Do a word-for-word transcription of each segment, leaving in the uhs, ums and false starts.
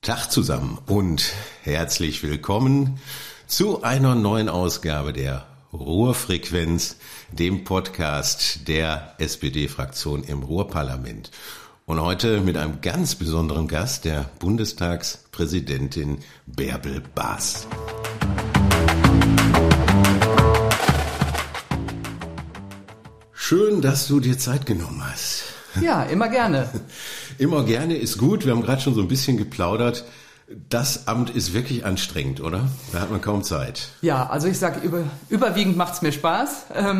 Tag zusammen und herzlich willkommen zu einer neuen Ausgabe der Ruhrfrequenz, dem Podcast der S P D-Fraktion im Ruhrparlament. Und heute mit einem ganz besonderen Gast, der Bundestagspräsidentin Bärbel Baas. Schön, dass du dir Zeit genommen hast. Ja, immer gerne. Immer gerne ist gut. Wir haben gerade schon so ein bisschen geplaudert. Das Amt ist wirklich anstrengend, oder? Da hat man kaum Zeit. Ja, also ich sage, über, überwiegend macht es mir Spaß. Ähm,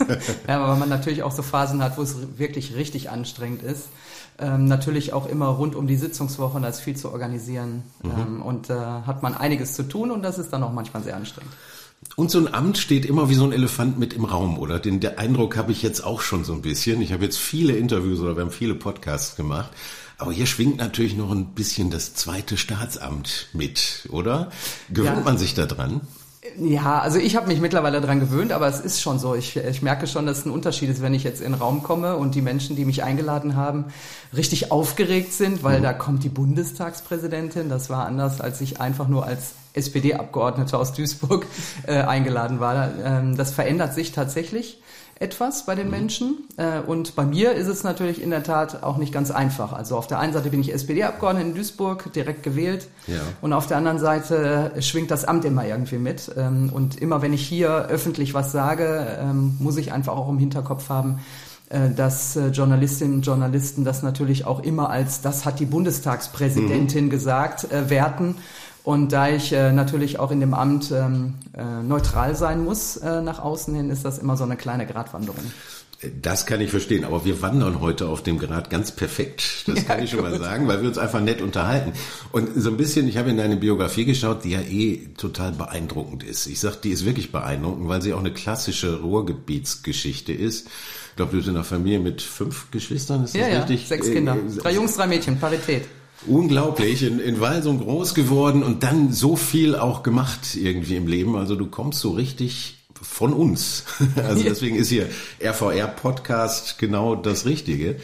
ja, weil man natürlich auch so Phasen hat, wo es wirklich richtig anstrengend ist. Ähm, natürlich auch immer rund um die Sitzungswoche, da ist viel zu organisieren. Mhm. Ähm, und da äh, hat man einiges zu tun und das ist dann auch manchmal sehr anstrengend. Und so ein Amt steht immer wie so ein Elefant mit im Raum, oder? Den der Eindruck habe ich jetzt auch schon so ein bisschen. Ich habe jetzt viele Interviews oder wir haben viele Podcasts gemacht. Aber hier schwingt natürlich noch ein bisschen das zweite Staatsamt mit, oder? Gewöhnt ja. man sich da dran? Ja, also ich habe mich mittlerweile dran gewöhnt, aber es ist schon so. Ich, ich merke schon, dass es ein Unterschied ist, wenn ich jetzt in den Raum komme und die Menschen, die mich eingeladen haben, richtig aufgeregt sind, weil mhm. da kommt die Bundestagspräsidentin. Das war anders, als ich einfach nur als S P D-Abgeordnete aus Duisburg äh, eingeladen war. Ähm, das verändert sich tatsächlich etwas bei den Menschen. Äh, und bei mir ist es natürlich in der Tat auch nicht ganz einfach. Also auf der einen Seite bin ich S P D-Abgeordnete in Duisburg, direkt gewählt. Ja. Und auf der anderen Seite schwingt das Amt immer irgendwie mit. Ähm, und immer wenn ich hier öffentlich was sage, ähm, muss ich einfach auch im Hinterkopf haben, äh, dass äh, Journalistinnen und Journalisten das natürlich auch immer als, das hat die Bundestagspräsidentin mhm. gesagt, äh, werten. Und da ich äh, natürlich auch in dem Amt ähm, äh, neutral sein muss äh, nach außen hin, ist das immer so eine kleine Gratwanderung. Das kann ich verstehen, aber wir wandern heute auf dem Grat ganz perfekt. Das kann ja, ich schon gut. mal sagen, weil wir uns einfach nett unterhalten. Und so ein bisschen, ich habe in deine Biografie geschaut, die ja eh total beeindruckend ist. Ich sag, die ist wirklich beeindruckend, weil sie auch eine klassische Ruhrgebietsgeschichte ist. Ich glaube, du bist in einer Familie mit fünf Geschwistern, ist das ja, richtig? Ja, sechs Kinder. Äh, drei Jungs, drei Mädchen, Parität. Unglaublich, in, in Walsum groß geworden und dann so viel auch gemacht irgendwie im Leben. Also du kommst so richtig von uns. Also deswegen ist hier R V R-Podcast genau das Richtige.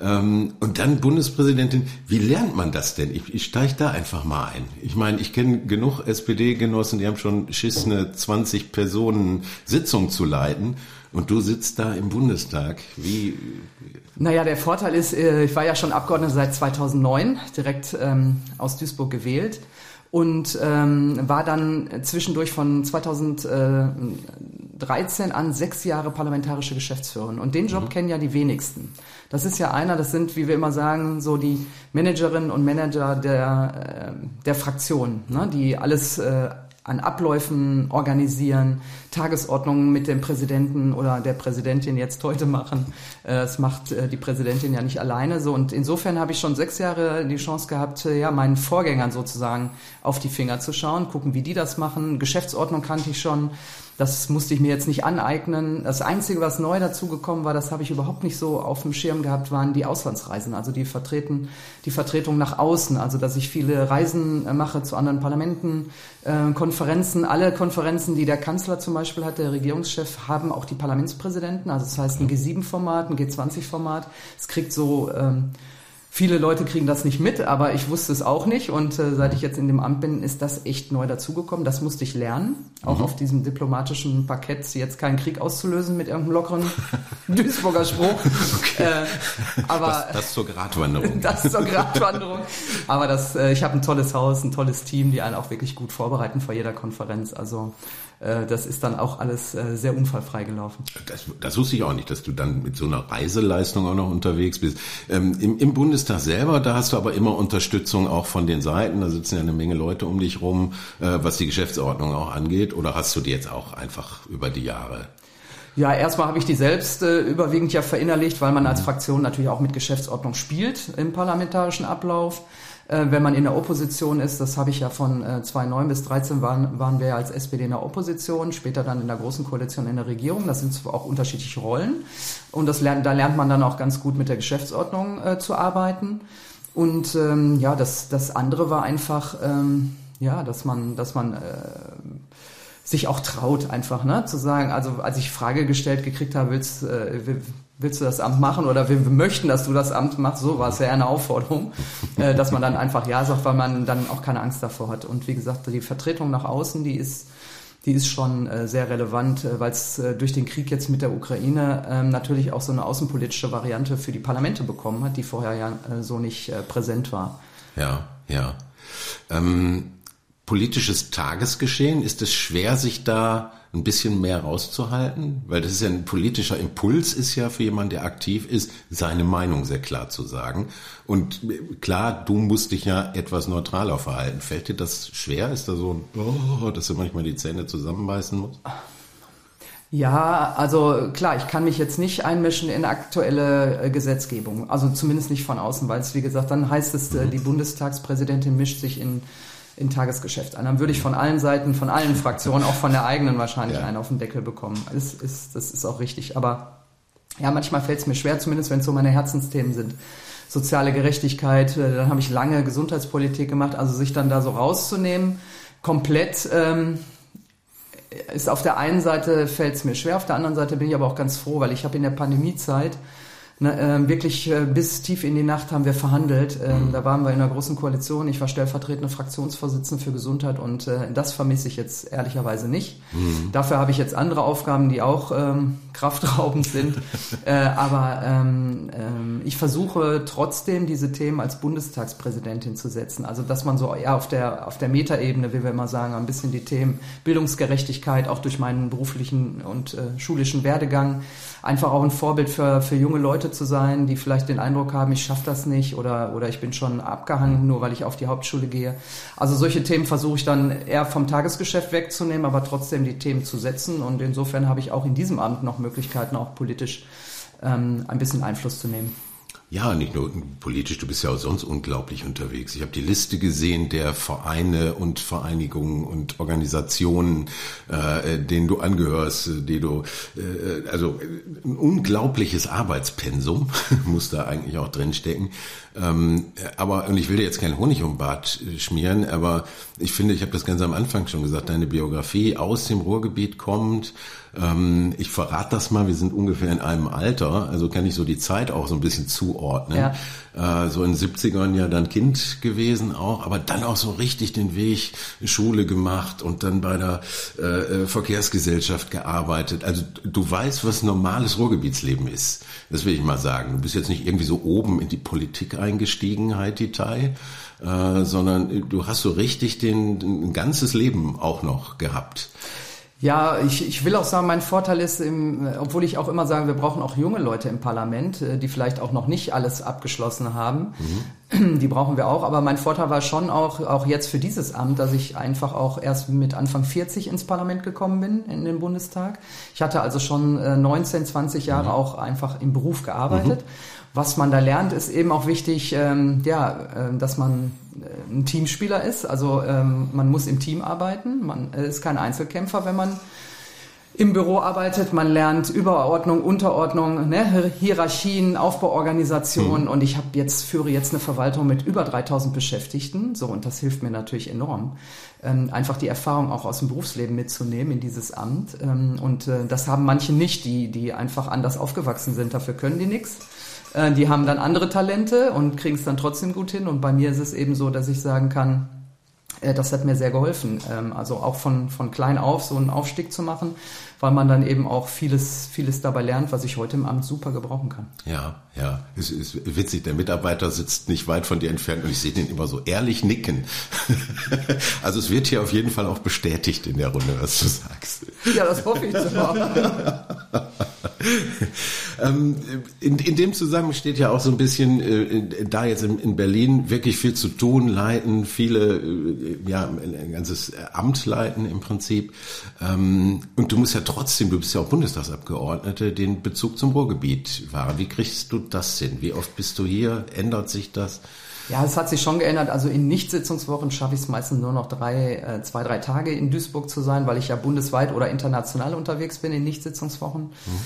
Und dann Bundespräsidentin, wie lernt man das denn? Ich, ich steige da einfach mal ein. Ich meine, ich kenne genug S P D-Genossen, die haben schon Schiss, eine zwanzig Personen Sitzung zu leiten. Und du sitzt da im Bundestag. Wie? Naja, der Vorteil ist, ich war ja schon Abgeordneter seit zweitausendneun, direkt ähm, aus Duisburg gewählt und ähm, war dann zwischendurch von zweitausenddreizehn an sechs Jahre parlamentarische Geschäftsführerin. Und den Job mhm. kennen ja die wenigsten. Das ist ja einer, das sind, wie wir immer sagen, so die Managerinnen und Manager der, äh, der Fraktion, ne, die alles äh, an Abläufen organisieren, Tagesordnungen mit dem Präsidenten oder der Präsidentin jetzt heute machen. Das macht die Präsidentin ja nicht alleine so. Und insofern habe ich schon sechs Jahre die Chance gehabt, ja, meinen Vorgängern sozusagen auf die Finger zu schauen, gucken, wie die das machen. Geschäftsordnung kannte ich schon. Das musste ich mir jetzt nicht aneignen. Das Einzige, was neu dazugekommen war, das habe ich überhaupt nicht so auf dem Schirm gehabt, waren die Auslandsreisen, also die Vertreten, die Vertretung nach außen. Also, dass ich viele Reisen mache zu anderen Parlamenten, äh, Konferenzen. Alle Konferenzen, die der Kanzler zum Beispiel hat, der Regierungschef, haben auch die Parlamentspräsidenten. Also, das heißt ein G sieben Format, ein G zwanzig Format. Es kriegt so... Ähm, Viele Leute kriegen das nicht mit, aber ich wusste es auch nicht und äh, seit ich jetzt in dem Amt bin, ist das echt neu dazugekommen. Das musste ich lernen, auch mhm. auf diesem diplomatischen Parkett, jetzt keinen Krieg auszulösen mit irgendeinem lockeren Duisburger Spruch. Okay. Äh, aber das, das zur Gratwanderung. Das zur Gratwanderung. Aber das, äh, ich habe ein tolles Haus, ein tolles Team, die einen auch wirklich gut vorbereiten vor jeder Konferenz. Also das ist dann auch alles sehr unfallfrei gelaufen. Das, das wusste ich auch nicht, dass du dann mit so einer Reiseleistung auch noch unterwegs bist. Ähm, im, im Bundestag selber, da hast du aber immer Unterstützung auch von den Seiten. Da sitzen ja eine Menge Leute um dich rum, äh, was die Geschäftsordnung auch angeht. Oder hast du die jetzt auch einfach über die Jahre? Ja, erstmal habe ich die selbst äh, überwiegend ja verinnerlicht, weil man als Fraktion natürlich auch mit Geschäftsordnung spielt im parlamentarischen Ablauf. Wenn man in der Opposition ist, das habe ich ja von äh, zweitausendneun bis dreizehn waren, waren wir ja als S P D in der Opposition, später dann in der Großen Koalition in der Regierung. Das sind zwar auch unterschiedliche Rollen und das lernt, da lernt man dann auch ganz gut mit der Geschäftsordnung äh, zu arbeiten. Und ähm, ja, das, das andere war einfach, ähm, ja, dass man, dass man äh, sich auch traut, einfach, ne, zu sagen, also als ich Frage gestellt gekriegt habe, willst, äh, willst du das Amt machen oder wir möchten, dass du das Amt machst, so war es ja eher eine Aufforderung, äh, dass man dann einfach ja sagt, weil man dann auch keine Angst davor hat. Und wie gesagt, die Vertretung nach außen, die ist die ist schon äh, sehr relevant, äh, weil es äh, durch den Krieg jetzt mit der Ukraine äh, natürlich auch so eine außenpolitische Variante für die Parlamente bekommen hat, die vorher ja äh, so nicht äh, präsent war. Ja, ja. Ähm, politisches Tagesgeschehen, ist es schwer, sich da ein bisschen mehr rauszuhalten? Weil das ist ja ein politischer Impuls, ist ja für jemanden, der aktiv ist, seine Meinung sehr klar zu sagen. Und klar, du musst dich ja etwas neutraler verhalten. Fällt dir das schwer? Ist da so ein, oh, dass du manchmal die Zähne zusammenbeißen musst? Ja, also klar, ich kann mich jetzt nicht einmischen in aktuelle äh, Gesetzgebung. Also zumindest nicht von außen, weil es, wie gesagt, dann heißt es, äh, die Bundestagspräsidentin mischt sich in in Tagesgeschäft an. Dann würde ich von allen Seiten, von allen Fraktionen, auch von der eigenen wahrscheinlich ja. einen auf den Deckel bekommen. Das ist, das ist auch richtig. Aber ja, manchmal fällt es mir schwer, zumindest wenn es so meine Herzensthemen sind. Soziale Gerechtigkeit, dann habe ich lange Gesundheitspolitik gemacht, also sich dann da so rauszunehmen, komplett ähm, ist auf der einen Seite fällt es mir schwer, auf der anderen Seite bin ich aber auch ganz froh, weil ich habe in der Pandemiezeit Na, äh, wirklich äh, bis tief in die Nacht haben wir verhandelt. Ähm, mhm. Da waren wir in einer großen Koalition. Ich war stellvertretende Fraktionsvorsitzende für Gesundheit und äh, das vermisse ich jetzt ehrlicherweise nicht. Mhm. Dafür habe ich jetzt andere Aufgaben, die auch ähm, kraftraubend sind. äh, aber ähm, ähm, ich versuche trotzdem, diese Themen als Bundestagspräsidentin zu setzen. Also dass man so eher auf der auf der Metaebene, wie wir immer sagen, ein bisschen die Themen Bildungsgerechtigkeit, auch durch meinen beruflichen und äh, schulischen Werdegang, einfach auch ein Vorbild für für junge Leute zu sein, die vielleicht den Eindruck haben, ich schaffe das nicht oder oder ich bin schon abgehangen, nur weil ich auf die Hauptschule gehe. Also solche Themen versuche ich dann eher vom Tagesgeschäft wegzunehmen, aber trotzdem die Themen zu setzen. Und insofern habe ich auch in diesem Amt noch Möglichkeiten, auch politisch ähm, ein bisschen Einfluss zu nehmen. Ja, nicht nur politisch, du bist ja auch sonst unglaublich unterwegs. Ich habe die Liste gesehen der Vereine und Vereinigungen und Organisationen, äh, denen du angehörst, die du, äh, also ein unglaubliches Arbeitspensum muss da eigentlich auch drinstecken. Ähm, aber, und ich will dir jetzt keinen Honig um den Bart schmieren, aber ich finde, ich habe das ganz am Anfang schon gesagt, deine Biografie aus dem Ruhrgebiet kommt. Ähm, ich verrate das mal, wir sind ungefähr in einem Alter, also kann ich so die Zeit auch so ein bisschen zuordnen. Ja. Äh, so in den siebzigern ja dann Kind gewesen auch, aber dann auch so richtig den Weg Schule gemacht und dann bei der äh, Verkehrsgesellschaft gearbeitet. Also du weißt, was normales Ruhrgebietsleben ist. Das will ich mal sagen. Du bist jetzt nicht irgendwie so oben in die Politik eingestiegen, Heidi Tai, äh, sondern du hast so richtig den, ein ganzes Leben auch noch gehabt. Ja, ich, ich will auch sagen, mein Vorteil ist, im, obwohl ich auch immer sage, wir brauchen auch junge Leute im Parlament, die vielleicht auch noch nicht alles abgeschlossen haben. Mhm. Die brauchen wir auch. Aber mein Vorteil war schon auch, auch jetzt für dieses Amt, dass ich einfach auch erst mit Anfang vierzig ins Parlament gekommen bin, in den Bundestag. Ich hatte also schon neunzehn, zwanzig Jahre mhm. auch einfach im Beruf gearbeitet. Mhm. Was man da lernt, ist eben auch wichtig, ähm, ja, äh, dass man äh, ein Teamspieler ist. Also ähm, man muss im Team arbeiten. Man äh, ist kein Einzelkämpfer, wenn man im Büro arbeitet. Man lernt Überordnung, Unterordnung, ne, Hierarchien, Aufbauorganisationen. Mhm. Und ich habe jetzt führe jetzt eine Verwaltung mit über dreitausend Beschäftigten. So, und das hilft mir natürlich enorm, ähm, einfach die Erfahrung auch aus dem Berufsleben mitzunehmen in dieses Amt. Ähm, und äh, das haben manche nicht, die die einfach anders aufgewachsen sind. Dafür können die nichts. Die haben dann andere Talente und kriegen es dann trotzdem gut hin. Und bei mir ist es eben so, dass ich sagen kann, das hat mir sehr geholfen. Also auch von, von klein auf so einen Aufstieg zu machen, weil man dann eben auch vieles, vieles dabei lernt, was ich heute im Amt super gebrauchen kann. Ja, ja. Es ist witzig, der Mitarbeiter sitzt nicht weit von dir entfernt und ich sehe den immer so ehrlich nicken. Also es wird hier auf jeden Fall auch bestätigt in der Runde, was du sagst. Ja, das hoffe ich zwar. In, in dem Zusammenhang steht ja auch so ein bisschen, äh, da jetzt in, in Berlin wirklich viel zu tun, leiten, viele, äh, ja, ein ganzes Amt leiten im Prinzip. Ähm, und du musst ja trotzdem, du bist ja auch Bundestagsabgeordnete, den Bezug zum Ruhrgebiet wahren. Wie kriegst du das hin? Wie oft bist du hier? Ändert sich das? Ja, es hat sich schon geändert. Also in Nichtsitzungswochen schaffe ich es meistens nur noch drei, äh, zwei, drei Tage in Duisburg zu sein, weil ich ja bundesweit oder international unterwegs bin in Nichtsitzungswochen. Mhm.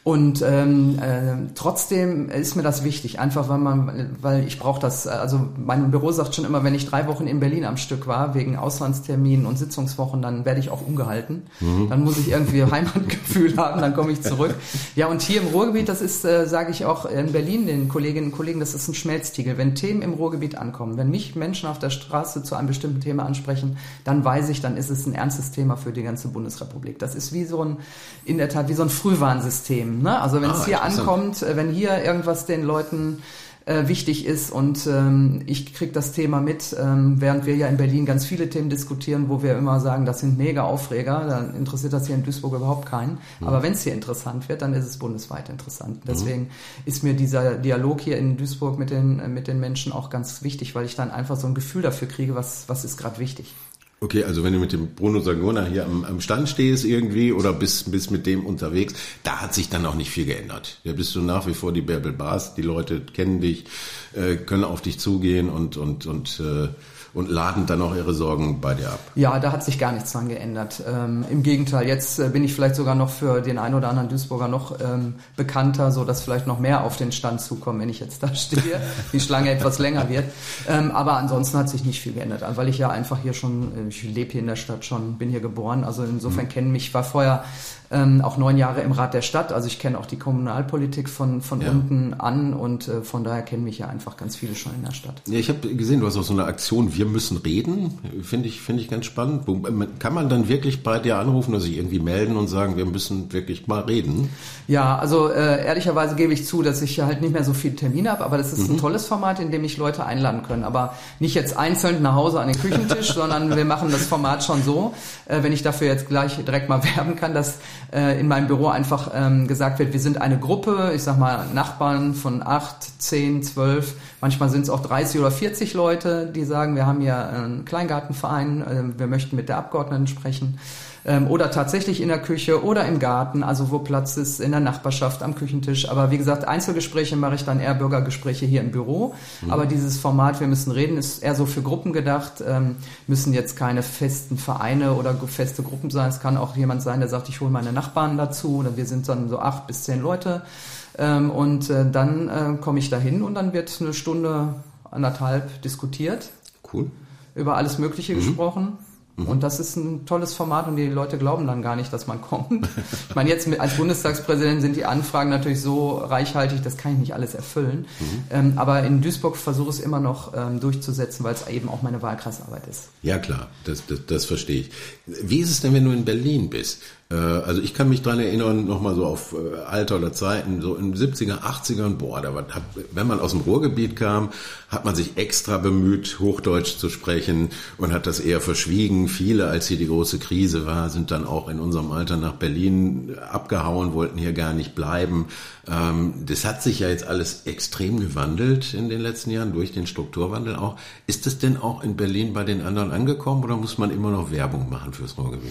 Und ähm, äh, trotzdem ist mir das wichtig, einfach weil man, weil ich brauche das, also mein Büro sagt schon immer, wenn ich drei Wochen in Berlin am Stück war, wegen Auslandsterminen und Sitzungswochen, dann werde ich auch ungehalten. Mhm. Dann muss ich irgendwie Heimatgefühl haben, dann komme ich zurück. Ja, und hier im Ruhrgebiet, das ist, äh, sage ich auch in Berlin den Kolleginnen und Kollegen, das ist ein Schmelztiegel. Wenn Themen im Ruhrgebiet ankommen, wenn mich Menschen auf der Straße zu einem bestimmten Thema ansprechen, dann weiß ich, dann ist es ein ernstes Thema für die ganze Bundesrepublik. Das ist wie so ein, in der Tat, wie so ein Frühwarnsystem. Ne? Also wenn ah, es hier ankommt, wenn hier irgendwas den Leuten äh, wichtig ist und ähm, ich kriege das Thema mit, ähm, während wir ja in Berlin ganz viele Themen diskutieren, wo wir immer sagen, das sind mega Aufreger, dann interessiert das hier in Duisburg überhaupt keinen. Mhm. Aber wenn es hier interessant wird, dann ist es bundesweit interessant. Deswegen mhm. ist mir dieser Dialog hier in Duisburg mit den, mit den Menschen auch ganz wichtig, weil ich dann einfach so ein Gefühl dafür kriege, was, was ist gerade wichtig. Okay, also wenn du mit dem Bruno Sagona hier am, am Stand stehst irgendwie oder bist, bist mit dem unterwegs, da hat sich dann auch nicht viel geändert. Da bist du nach wie vor die Bärbel Bas, die Leute kennen dich, äh, können auf dich zugehen und, und, und, äh, und laden dann auch ihre Sorgen bei dir ab. Ja, da hat sich gar nichts dran geändert. Ähm, Im Gegenteil, jetzt äh, bin ich vielleicht sogar noch für den einen oder anderen Duisburger noch ähm, bekannter, so dass vielleicht noch mehr auf den Stand zukommen, wenn ich jetzt da stehe, die Schlange etwas länger wird. Ähm, aber ansonsten hat sich nicht viel geändert, weil ich ja einfach hier schon, ich lebe hier in der Stadt schon, bin hier geboren, also insofern mhm. kennen mich, war vorher ähm, auch neun Jahre im Rat der Stadt, also ich kenne auch die Kommunalpolitik von, von ja. unten an und äh, von daher kennen mich ja einfach ganz viele schon in der Stadt. Ja, ich habe gesehen, du hast auch so eine Aktion, wir müssen reden, finde ich, finde ich ganz spannend. Kann man dann wirklich bei dir anrufen oder sich irgendwie melden und sagen, wir müssen wirklich mal reden? Ja, also äh, ehrlicherweise gebe ich zu, dass ich halt nicht mehr so viele Termine habe, aber das ist mhm. ein tolles Format, in dem ich Leute einladen können, aber nicht jetzt einzeln nach Hause an den Küchentisch, sondern wir machen das Format schon so, äh, wenn ich dafür jetzt gleich direkt mal werben kann, dass äh, in meinem Büro einfach ähm, gesagt wird, wir sind eine Gruppe, ich sag mal Nachbarn von acht, zehn, zwölf, manchmal sind es auch dreißig oder vierzig Leute, die sagen, wir haben hier einen Kleingartenverein, äh, wir möchten mit der Abgeordneten sprechen. Ähm, oder tatsächlich in der Küche oder im Garten, also wo Platz ist, in der Nachbarschaft, am Küchentisch. Aber wie gesagt, Einzelgespräche mache ich dann eher Bürgergespräche hier im Büro. Mhm. Aber dieses Format, wir müssen reden, ist eher so für Gruppen gedacht, ähm, müssen jetzt keine festen Vereine oder feste Gruppen sein. Es kann auch jemand sein, der sagt, ich hole meine Nachbarn dazu oder wir sind dann so acht bis zehn Leute. Ähm, und äh, dann äh, komme ich da hin und dann wird eine Stunde, anderthalb diskutiert. Cool. Über alles Mögliche mhm. gesprochen. Und das ist ein tolles Format und die Leute glauben dann gar nicht, dass man kommt. Ich meine, jetzt mit, als Bundestagspräsident sind die Anfragen natürlich so reichhaltig, das kann ich nicht alles erfüllen. Mhm. Ähm, aber in Duisburg versuche ich es immer noch ähm, durchzusetzen, weil es eben auch meine Wahlkreisarbeit ist. Ja klar, das, das, das verstehe ich. Wie ist es denn, wenn du in Berlin bist? Also ich kann mich dran erinnern, nochmal so auf Alter oder Zeiten, so in den siebziger, achtzigern, boah, da war, wenn man aus dem Ruhrgebiet kam, hat man sich extra bemüht, Hochdeutsch zu sprechen und hat das eher verschwiegen. Viele, als hier die große Krise war, sind dann auch in unserem Alter nach Berlin abgehauen, wollten hier gar nicht bleiben. Das hat sich ja jetzt alles extrem gewandelt in den letzten Jahren, durch den Strukturwandel auch. Ist das denn auch in Berlin bei den anderen angekommen oder muss man immer noch Werbung machen fürs Ruhrgebiet?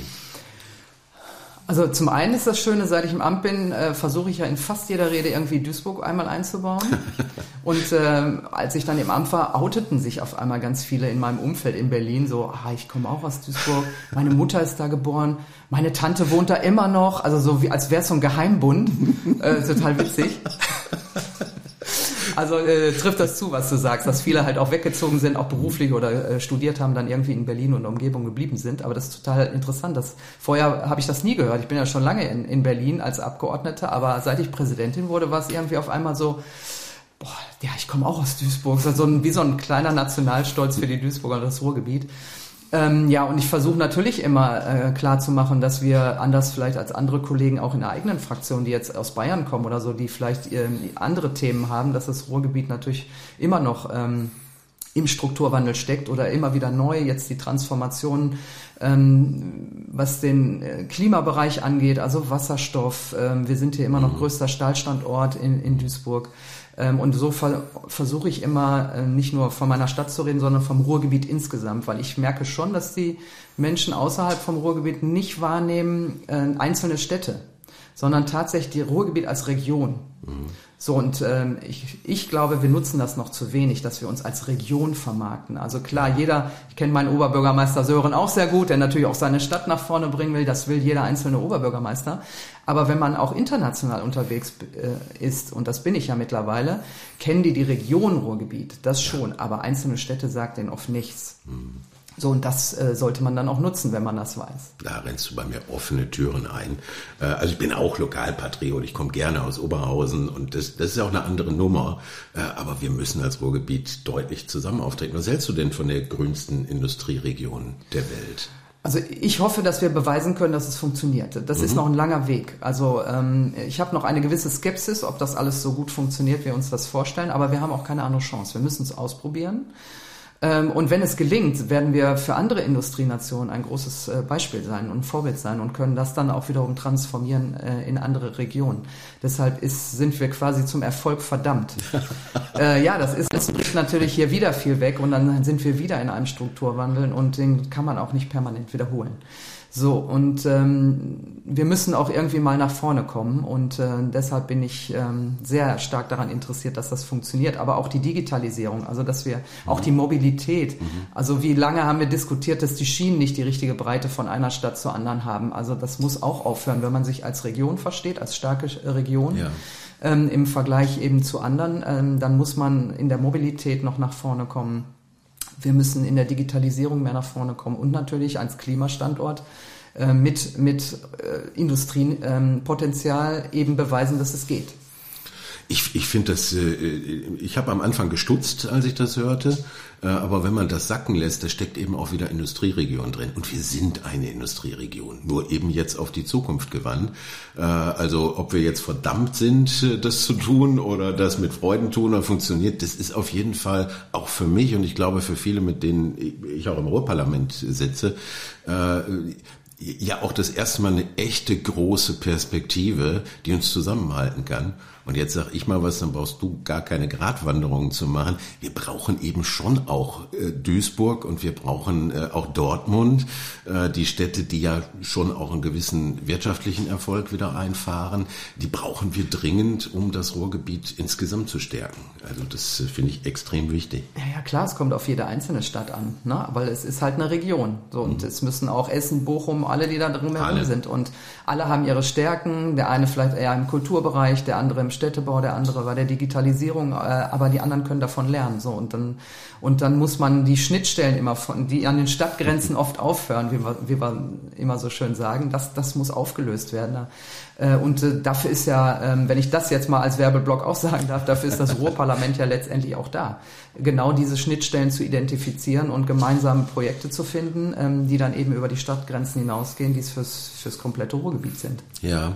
Also zum einen ist das Schöne, seit ich im Amt bin, äh, versuche ich ja in fast jeder Rede irgendwie Duisburg einmal einzubauen. Und äh, als ich dann im Amt war, outeten sich auf einmal ganz viele in meinem Umfeld in Berlin so, ah, ich komme auch aus Duisburg, meine Mutter ist da geboren, meine Tante wohnt da immer noch, also so wie als wäre es so ein Geheimbund, äh, total witzig. Also äh, trifft das zu, was du sagst, dass viele halt auch weggezogen sind, auch beruflich oder äh, studiert haben, dann irgendwie in Berlin und Umgebung geblieben sind. Aber das ist total interessant. Das, vorher habe ich das nie gehört. Ich bin ja schon lange in, in Berlin als Abgeordnete, aber seit ich Präsidentin wurde, war es irgendwie auf einmal so, boah, ja, ich komme auch aus Duisburg. So ein, wie so ein kleiner Nationalstolz für die Duisburger und das Ruhrgebiet. Ähm, ja, und ich versuche natürlich immer äh, klar zu machen, dass wir anders vielleicht als andere Kollegen auch in der eigenen Fraktion, die jetzt aus Bayern kommen oder so, die vielleicht ähm, andere Themen haben, dass das Ruhrgebiet natürlich immer noch ähm, im Strukturwandel steckt oder immer wieder neu, jetzt die Transformation, ähm, was den äh, Klimabereich angeht, also Wasserstoff. Ähm, wir sind hier immer noch größter Stahlstandort in, in Duisburg. Ähm, und so ver- versuche ich immer äh, nicht nur von meiner Stadt zu reden, sondern vom Ruhrgebiet insgesamt, weil ich merke schon, dass die Menschen außerhalb vom Ruhrgebiet nicht wahrnehmen äh, einzelne Städte, sondern tatsächlich die Ruhrgebiet als Region. Mhm. So, und ähm, ich, ich glaube, wir nutzen das noch zu wenig, dass wir uns als Region vermarkten. Also klar, jeder, ich kenne meinen Oberbürgermeister Sören auch sehr gut, der natürlich auch seine Stadt nach vorne bringen will, das will jeder einzelne Oberbürgermeister. Aber wenn man auch international unterwegs äh, ist, und das bin ich ja mittlerweile, kennen die die Region Ruhrgebiet, das schon, aber einzelne Städte sagt denen oft nichts. Mhm. So, und das äh, sollte man dann auch nutzen, wenn man das weiß. Da rennst du bei mir offene Türen ein. Äh, also ich bin auch Lokalpatriot, ich komme gerne aus Oberhausen und das, das ist ja auch eine andere Nummer. Äh, aber wir müssen als Ruhrgebiet deutlich zusammen auftreten. Was hältst du denn von der grünsten Industrieregion der Welt? Also ich hoffe, dass wir beweisen können, dass es funktioniert. Das mhm. ist noch ein langer Weg. Also ähm, ich habe noch eine gewisse Skepsis, ob das alles so gut funktioniert, wie wir uns das vorstellen. Aber wir haben auch keine andere Chance. Wir müssen es ausprobieren. Und wenn es gelingt, werden wir für andere Industrienationen ein großes Beispiel sein und ein Vorbild sein und können das dann auch wiederum transformieren in andere Regionen. Deshalb ist, sind wir quasi zum Erfolg verdammt. äh, ja, das ist, das bricht natürlich hier wieder viel weg und dann sind wir wieder in einem Strukturwandel und den kann man auch nicht permanent wiederholen. So, und ähm, wir müssen auch irgendwie mal nach vorne kommen und äh, deshalb bin ich ähm, sehr stark daran interessiert, dass das funktioniert, aber auch die Digitalisierung, also dass wir auch die Mobilität, mhm. also wie lange haben wir diskutiert, dass die Schienen nicht die richtige Breite von einer Stadt zur anderen haben, also das muss auch aufhören, wenn man sich als Region versteht, als starke Region. Ja. Ähm, im Vergleich eben zu anderen, ähm, dann muss man in der Mobilität noch nach vorne kommen. Wir müssen in der Digitalisierung mehr nach vorne kommen und natürlich als Klimastandort äh, mit, mit äh, Industriepotenzial äh, eben beweisen, dass es geht. Ich, ich finde das, äh, ich habe am Anfang gestutzt, als ich das hörte, äh, aber wenn man das sacken lässt, da steckt eben auch wieder Industrieregion drin. Und wir sind eine Industrieregion, nur eben jetzt auf die Zukunft gewandt. Äh, also ob wir jetzt verdammt sind, das zu tun oder das mit Freuden tun oder funktioniert, das ist auf jeden Fall auch für mich und ich glaube für viele, mit denen ich auch im Ruhrparlament sitze, äh, ja auch das erste Mal eine echte große Perspektive, die uns zusammenhalten kann. Und jetzt sag ich mal was, dann brauchst du gar keine Gratwanderungen zu machen. Wir brauchen eben schon auch äh, Duisburg und wir brauchen äh, auch Dortmund, äh, die Städte, die ja schon auch einen gewissen wirtschaftlichen Erfolg wieder einfahren. Die brauchen wir dringend, um das Ruhrgebiet insgesamt zu stärken. Also das äh, finde ich extrem wichtig. Ja, ja, klar, es kommt auf jede einzelne Stadt an, ne? Weil es ist halt eine Region. So, und mhm. es müssen auch Essen, Bochum, alle, die da drumherum sind. Und alle haben ihre Stärken. Der eine vielleicht eher im Kulturbereich, der andere im Städtebau, der andere bei der Digitalisierung, aber die anderen können davon lernen. So, und dann, und dann muss man die Schnittstellen immer von, die an den Stadtgrenzen oft aufhören, wie wir, wie wir immer so schön sagen, das, das muss aufgelöst werden. Und dafür ist ja, wenn ich das jetzt mal als Werbeblock auch sagen darf, dafür ist das Ruhrparlament ja letztendlich auch da. Genau diese Schnittstellen zu identifizieren und gemeinsame Projekte zu finden, die dann eben über die Stadtgrenzen hinausgehen, die es fürs, fürs komplette Ruhrgebiet sind. Ja,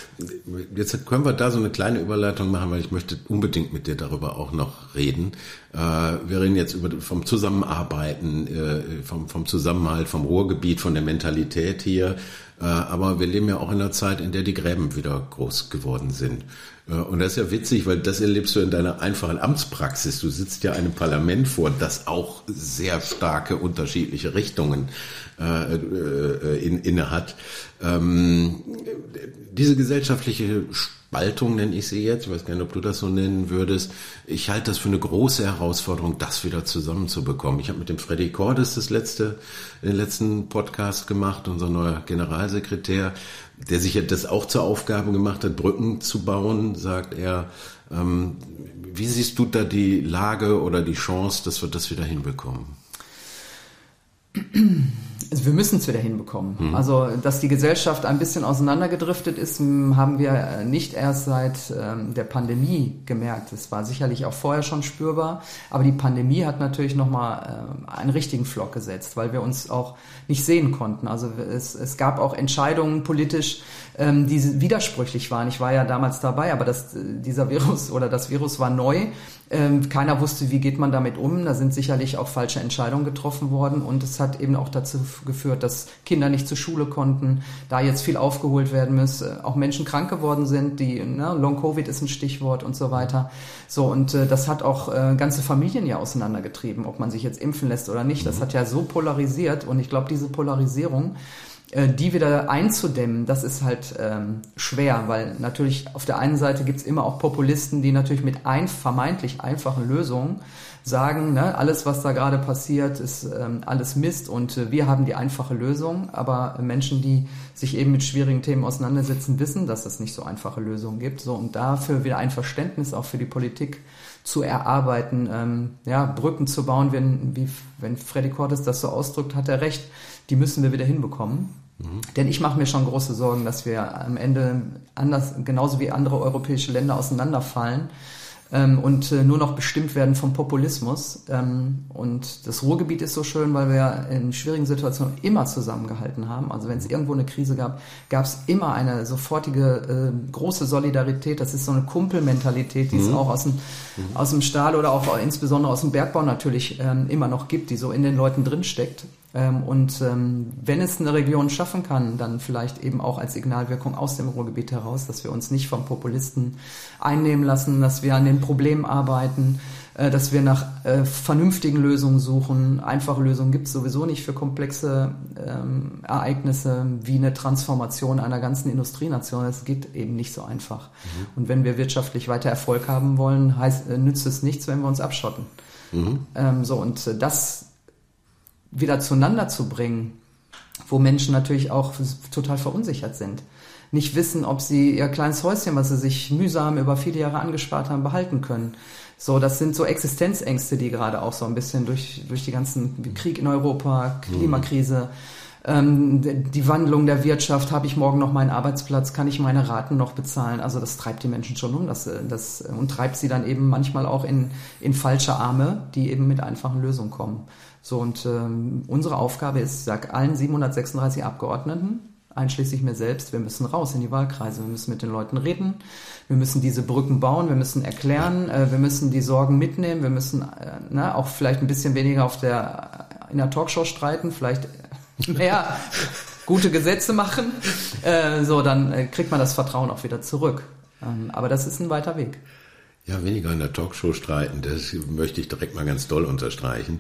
jetzt können wir da so eine kleine Überleitung machen, weil ich möchte unbedingt mit dir darüber auch noch reden. Wir reden jetzt über vom Zusammenarbeiten, vom, vom Zusammenhalt, vom Ruhrgebiet, von der Mentalität hier. Aber wir leben ja auch in einer Zeit, in der die Gräben wieder groß geworden sind. Und das ist ja witzig, weil das erlebst du in deiner einfachen Amtspraxis. Du sitzt ja einem Parlament vor, das auch sehr starke unterschiedliche Richtungen äh, äh, in, inne hat. Ähm, diese gesellschaftliche Spaltung, nenne ich sie jetzt, ich weiß gar nicht, ob du das so nennen würdest, ich halte das für eine große Herausforderung, das wieder zusammenzubekommen. Ich habe mit dem Freddy Cordes das letzte, den letzten Podcast gemacht, unser neuer Generalsekretär, der sich ja das auch zur Aufgabe gemacht hat, Brücken zu bauen, sagt er. Ähm, wie siehst du da die Lage oder die Chance, dass wir das wieder hinbekommen? Also wir müssen es wieder hinbekommen. Mhm. Also, dass die Gesellschaft ein bisschen auseinandergedriftet ist, haben wir nicht erst seit ähm, der Pandemie gemerkt. Es war sicherlich auch vorher schon spürbar, aber die Pandemie hat natürlich nochmal äh, einen richtigen Flock gesetzt, weil wir uns auch nicht sehen konnten. Also es, es gab auch Entscheidungen politisch, ähm, die widersprüchlich waren. Ich war ja damals dabei, aber das, dieser Virus oder das Virus war neu. Ähm, keiner wusste, wie geht man damit um. Da sind sicherlich auch falsche Entscheidungen getroffen worden und es hat eben auch dazu geführt, dass Kinder nicht zur Schule konnten, da jetzt viel aufgeholt werden muss, auch Menschen krank geworden sind, die, ne, Long-Covid ist ein Stichwort und so weiter. So, und äh, das hat auch äh, ganze Familien ja auseinandergetrieben, ob man sich jetzt impfen lässt oder nicht. Das hat ja so polarisiert und ich glaube, diese Polarisierung die wieder einzudämmen, das ist halt ähm, schwer, weil natürlich auf der einen Seite gibt's immer auch Populisten, die natürlich mit ein, vermeintlich einfachen Lösungen sagen, ne, alles, was da gerade passiert, ist ähm, alles Mist und äh, wir haben die einfache Lösung. Aber Menschen, die sich eben mit schwierigen Themen auseinandersetzen, wissen, dass es nicht so einfache Lösungen gibt. So, und dafür wieder ein Verständnis auch für die Politik zu erarbeiten, ähm, ja, Brücken zu bauen, wenn, wie, wenn Freddy Cortes das so ausdrückt, hat er recht, die müssen wir wieder hinbekommen. Mhm. Denn ich mache mir schon große Sorgen, dass wir am Ende anders, genauso wie andere europäische Länder auseinanderfallen ähm, und äh, nur noch bestimmt werden vom Populismus. Ähm, und das Ruhrgebiet ist so schön, weil wir in schwierigen Situationen immer zusammengehalten haben. Also wenn es irgendwo eine Krise gab, gab es immer eine sofortige äh, große Solidarität. Das ist so eine Kumpelmentalität, die mhm. es auch aus dem, mhm. aus dem Stahl oder auch insbesondere aus dem Bergbau natürlich ähm, immer noch gibt, die so in den Leuten drinsteckt. Ähm, und ähm, wenn es eine Region schaffen kann, dann vielleicht eben auch als Signalwirkung aus dem Ruhrgebiet heraus, dass wir uns nicht vom Populisten einnehmen lassen, dass wir an den Problemen arbeiten, äh, dass wir nach äh, vernünftigen Lösungen suchen. Einfache Lösungen gibt es sowieso nicht für komplexe ähm, Ereignisse wie eine Transformation einer ganzen Industrienation. Das geht eben nicht so einfach. Mhm. Und wenn wir wirtschaftlich weiter Erfolg haben wollen, heißt, äh, nützt es nichts, wenn wir uns abschotten. Mhm. Ähm, so und äh, das wieder zueinander zu bringen, wo Menschen natürlich auch total verunsichert sind, nicht wissen, ob sie ihr kleines Häuschen, was sie sich mühsam über viele Jahre angespart haben, behalten können. So, das sind so Existenzängste, die gerade auch so ein bisschen durch durch die ganzen Krieg in Europa, Klimakrise, ähm, die Wandlung der Wirtschaft, habe ich morgen noch meinen Arbeitsplatz, kann ich meine Raten noch bezahlen? Also das treibt die Menschen schon um, das das und treibt sie dann eben manchmal auch in in falsche Arme, die eben mit einfachen Lösungen kommen. So, und ähm, unsere Aufgabe ist, ich sag allen siebenhundertsechsunddreißig Abgeordneten, einschließlich mir selbst, wir müssen raus in die Wahlkreise, wir müssen mit den Leuten reden, wir müssen diese Brücken bauen, wir müssen erklären, äh, wir müssen die Sorgen mitnehmen, wir müssen äh, na, auch vielleicht ein bisschen weniger auf der in der Talkshow streiten, vielleicht mehr gute Gesetze machen, äh, so, dann äh, kriegt man das Vertrauen auch wieder zurück. Ähm, aber das ist ein weiter Weg. Ja, weniger in der Talkshow streiten, das möchte ich direkt mal ganz doll unterstreichen.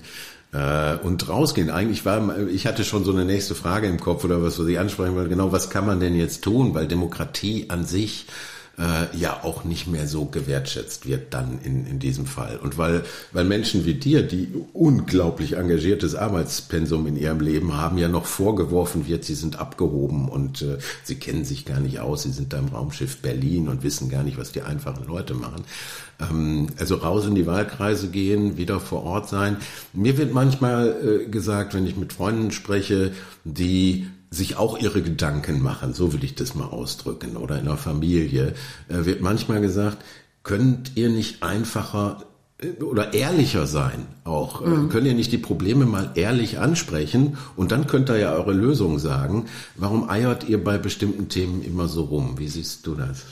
Und rausgehen. Eigentlich war, ich hatte schon so eine nächste Frage im Kopf oder was, was ich ansprechen wollte. Genau, was kann man denn jetzt tun? Weil Demokratie an sich äh, ja auch nicht mehr so gewertschätzt wird dann in, in diesem Fall. Und weil, weil Menschen wie dir, die unglaublich engagiertes Arbeitspensum in ihrem Leben haben, ja noch vorgeworfen wird, sie sind abgehoben und äh, sie kennen sich gar nicht aus, sie sind da im Raumschiff Berlin und wissen gar nicht, was die einfachen Leute machen. Ähm, also raus in die Wahlkreise gehen, wieder vor Ort sein. Mir wird manchmal äh, gesagt, wenn ich mit Freunden spreche, die sich auch ihre Gedanken machen, so will ich das mal ausdrücken, oder in der Familie, äh, wird manchmal gesagt, könnt ihr nicht einfacher äh, oder ehrlicher sein auch? Mhm. Äh, könnt ihr nicht die Probleme mal ehrlich ansprechen und dann könnt ihr ja eure Lösung sagen. Warum eiert ihr bei bestimmten Themen immer so rum? Wie siehst du das?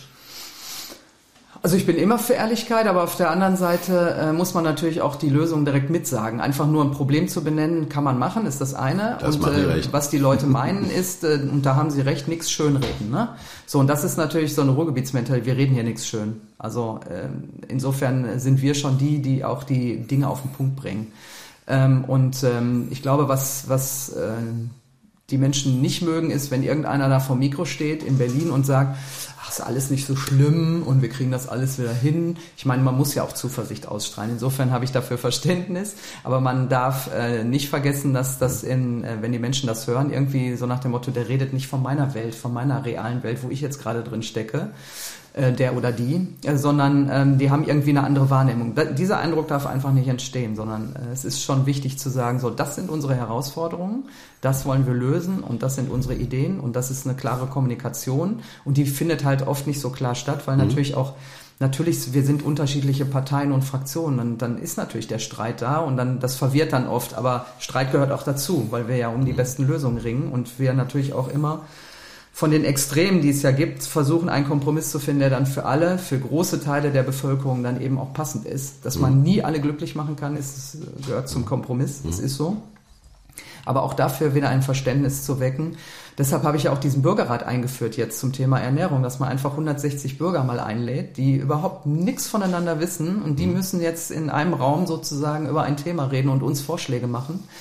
Also ich bin immer für Ehrlichkeit, aber auf der anderen Seite äh, muss man natürlich auch die Lösung direkt mitsagen. Einfach nur ein Problem zu benennen, kann man machen, ist das eine. Das und äh, was die Leute meinen ist, äh, und da haben sie recht, nichts schönreden. Ne? So, und das ist natürlich so eine Ruhrgebietsmentalität, wir reden hier nichts schön. Also äh, insofern sind wir schon die, die auch die Dinge auf den Punkt bringen. Ähm, und ähm, ich glaube, was, was äh, die Menschen nicht mögen, ist, wenn irgendeiner da vor dem Mikro steht in Berlin und sagt, ach, ist alles nicht so schlimm und wir kriegen das alles wieder hin. Ich meine, man muss ja auch Zuversicht ausstrahlen. Insofern habe ich dafür Verständnis. Aber man darf äh, nicht vergessen, dass das in, äh, wenn die Menschen das hören, irgendwie so nach dem Motto, der redet nicht von meiner Welt, von meiner realen Welt, wo ich jetzt gerade drin stecke, äh, der oder die, äh, sondern ähm, die haben irgendwie eine andere Wahrnehmung. Da, dieser Eindruck darf einfach nicht entstehen, sondern äh, es ist schon wichtig zu sagen, so, das sind unsere Herausforderungen, das wollen wir lösen und das sind unsere Ideen und das ist eine klare Kommunikation und die findet halt oft nicht so klar statt, weil mhm. natürlich auch, natürlich, wir sind unterschiedliche Parteien und Fraktionen und dann ist natürlich der Streit da und dann, das verwirrt dann oft, aber Streit gehört auch dazu, weil wir ja um die besten Lösungen ringen und wir natürlich auch immer von den Extremen, die es ja gibt, versuchen, einen Kompromiss zu finden, der dann für alle, für große Teile der Bevölkerung dann eben auch passend ist. Dass man nie alle glücklich machen kann, ist, gehört zum Kompromiss, das ist so. Aber auch dafür wieder ein Verständnis zu wecken. Deshalb habe ich ja auch diesen Bürgerrat eingeführt jetzt zum Thema Ernährung, dass man einfach hundertsechzig Bürger mal einlädt, die überhaupt nichts voneinander wissen und die müssen jetzt in einem Raum sozusagen über ein Thema reden und uns Vorschläge machen.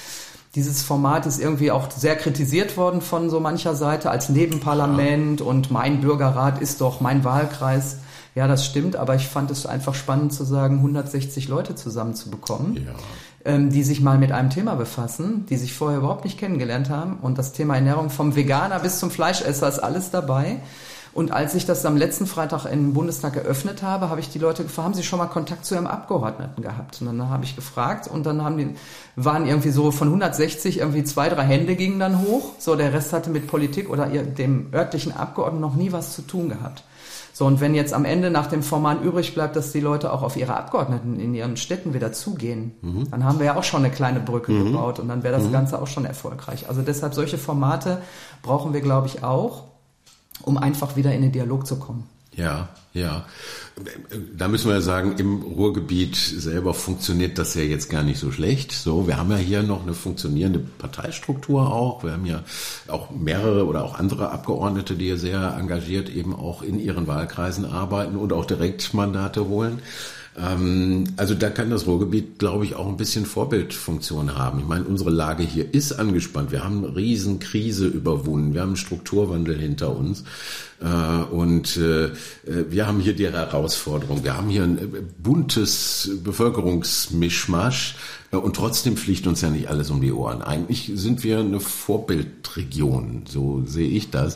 Dieses Format ist irgendwie auch sehr kritisiert worden von so mancher Seite als Nebenparlament ja. und mein Bürgerrat ist doch mein Wahlkreis. Ja, das stimmt, aber ich fand es einfach spannend zu sagen, hundertsechzig Leute zusammenzubekommen, ja. ähm, die sich mal mit einem Thema befassen, die sich vorher überhaupt nicht kennengelernt haben. Und das Thema Ernährung vom Veganer bis zum Fleischesser ist alles dabei. Und als ich das am letzten Freitag im Bundestag eröffnet habe, habe ich die Leute gefragt, haben Sie schon mal Kontakt zu Ihrem Abgeordneten gehabt? Und dann habe ich gefragt und dann haben die, waren irgendwie so von hundertsechzig irgendwie zwei, drei Hände gingen dann hoch. So, der Rest hatte mit Politik oder dem örtlichen Abgeordneten noch nie was zu tun gehabt. So, und wenn jetzt am Ende nach dem Format übrig bleibt, dass die Leute auch auf ihre Abgeordneten in ihren Städten wieder zugehen, mhm. dann haben wir ja auch schon eine kleine Brücke mhm. gebaut und dann wäre das mhm. Ganze auch schon erfolgreich. Also deshalb solche Formate brauchen wir, glaube ich, auch, um einfach wieder in den Dialog zu kommen. Ja, ja. Da müssen wir ja sagen, im Ruhrgebiet selber funktioniert das ja jetzt gar nicht so schlecht. So, wir haben ja hier noch eine funktionierende Parteistruktur auch. Wir haben ja auch mehrere oder auch andere Abgeordnete, die ja sehr engagiert eben auch in ihren Wahlkreisen arbeiten und auch Direktmandate holen. Also da kann das Ruhrgebiet, glaube ich, auch ein bisschen Vorbildfunktion haben. Ich meine, unsere Lage hier ist angespannt. Wir haben eine Riesenkrise überwunden. Wir haben einen Strukturwandel hinter uns. Und wir haben hier die Herausforderung. Wir haben hier ein buntes Bevölkerungsmischmasch. Und trotzdem fliegt uns ja nicht alles um die Ohren. Eigentlich sind wir eine Vorbildregion. So sehe ich das.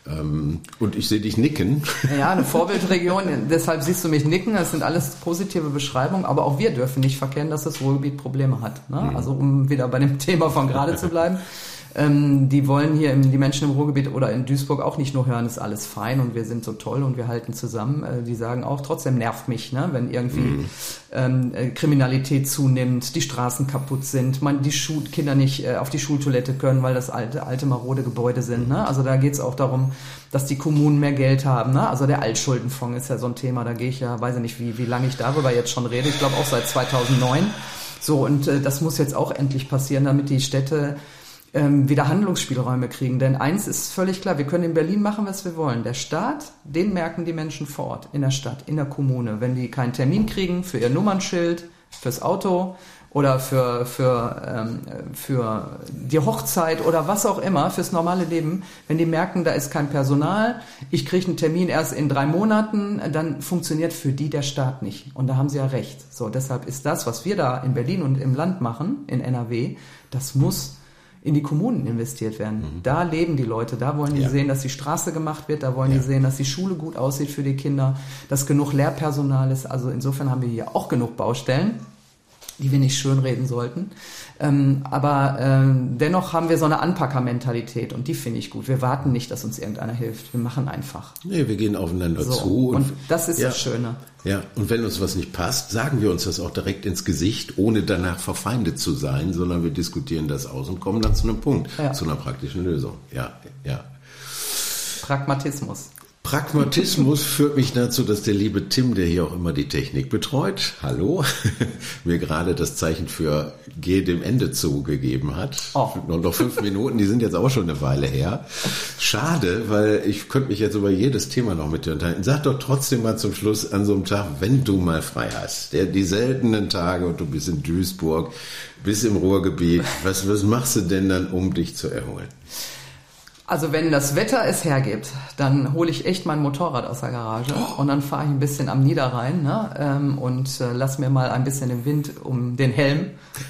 Und ich sehe dich nicken. Ja, eine Vorbildregion, deshalb siehst du mich nicken, das sind alles positive Beschreibungen, aber auch wir dürfen nicht verkennen, dass das Ruhrgebiet Probleme hat. Ne? Mhm. Also um wieder bei dem Thema von gerade zu bleiben, ähm, die wollen hier, im, die Menschen im Ruhrgebiet oder in Duisburg auch nicht nur hören, ist alles fein und wir sind so toll und wir halten zusammen. Äh, die sagen auch, trotzdem nervt mich, ne? wenn irgendwie mhm. ähm, äh, Kriminalität zunimmt, die Straßen kaputt sind, man die Schu- Kinder nicht äh, auf die Schultoilette können, weil das alte, alte marode Gebäude sind. Ne? Also da geht's auch darum, dass die Kommunen mehr Geld haben. Ne? Also der Altschuldenfonds ist ja so ein Thema, da gehe ich ja, weiß ich nicht, wie, wie lange ich darüber jetzt schon rede, ich glaube auch seit zweitausendneun. So, und äh, das muss jetzt auch endlich passieren, damit die Städte ähm, wieder Handlungsspielräume kriegen. Denn eins ist völlig klar, wir können in Berlin machen, was wir wollen. Der Staat, den merken die Menschen vor Ort, in der Stadt, in der Kommune. Wenn die keinen Termin kriegen für ihr Nummernschild, fürs Auto oder für, für, ähm, für die Hochzeit oder was auch immer, fürs normale Leben, wenn die merken, da ist kein Personal, ich kriege einen Termin erst in drei Monaten, dann funktioniert für die der Staat nicht. Und da haben sie ja recht. So, deshalb ist das, was wir da in Berlin und im Land machen, in N R W, das muss in die Kommunen investiert werden. Mhm. Da leben die Leute, da wollen die ja. sehen, dass die Straße gemacht wird, da wollen ja. die sehen, dass die Schule gut aussieht für die Kinder, dass genug Lehrpersonal ist. Also insofern haben wir hier auch genug Baustellen, die wir nicht schönreden sollten. Ähm, aber ähm, dennoch haben wir so eine Anpackermentalität und die finde ich gut. Wir warten nicht, dass uns irgendeiner hilft. Wir machen einfach. Nee, wir gehen aufeinander so, zu. Und, und das ist ja, das Schöne. Ja, und wenn uns was nicht passt, sagen wir uns das auch direkt ins Gesicht, ohne danach verfeindet zu sein, sondern wir diskutieren das aus und kommen dann zu einem Punkt, ja. zu einer praktischen Lösung. Ja, ja. Pragmatismus. Pragmatismus führt mich dazu, dass der liebe Tim, der hier auch immer die Technik betreut, hallo, mir gerade das Zeichen für Geh dem Ende zugegeben hat. Oh. Nur noch fünf Minuten, die sind jetzt auch schon eine Weile her. Schade, weil ich könnte mich jetzt über jedes Thema noch mit dir unterhalten. Sag doch trotzdem mal zum Schluss an so einem Tag, wenn du mal frei hast, der, die seltenen Tage und du bist in Duisburg, bist im Ruhrgebiet, was, was machst du denn dann, um dich zu erholen? Also wenn das Wetter es hergibt, dann hole ich echt mein Motorrad aus der Garage oh. und dann fahre ich ein bisschen am Niederrhein, ne, ähm, und äh, lass mir mal ein bisschen den Wind um den Helm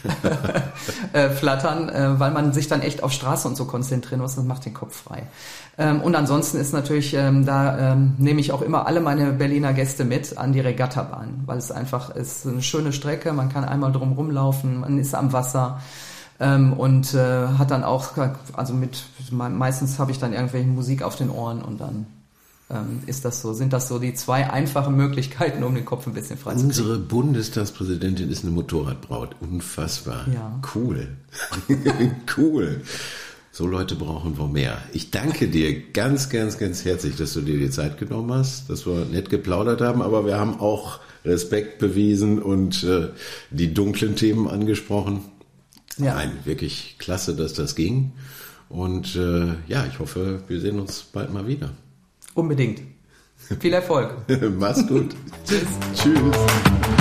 äh, flattern, äh, weil man sich dann echt auf Straße und so konzentrieren muss, das macht den Kopf frei. Ähm, und ansonsten ist natürlich, ähm, da ähm, nehme ich auch immer alle meine Berliner Gäste mit an die Regattabahn, weil es einfach ist eine schöne Strecke, man kann einmal drum rumlaufen, man ist am Wasser. Ähm, und äh, hat dann auch, also mit, meistens habe ich dann irgendwelche Musik auf den Ohren und dann ähm, ist das so, sind das so die zwei einfachen Möglichkeiten, um den Kopf ein bisschen frei zu kriegen. Unsere Bundestagspräsidentin ist eine Motorradbraut, unfassbar. Ja. Cool, cool. So Leute brauchen wir mehr. Ich danke dir ganz, ganz, ganz herzlich, dass du dir die Zeit genommen hast, dass wir nett geplaudert haben, aber wir haben auch Respekt bewiesen und äh, die dunklen Themen angesprochen. Ja. Nein, wirklich klasse, dass das ging. Und äh, ja, ich hoffe, wir sehen uns bald mal wieder. Unbedingt. Viel Erfolg. Mach's gut. Tschüss. Tschüss.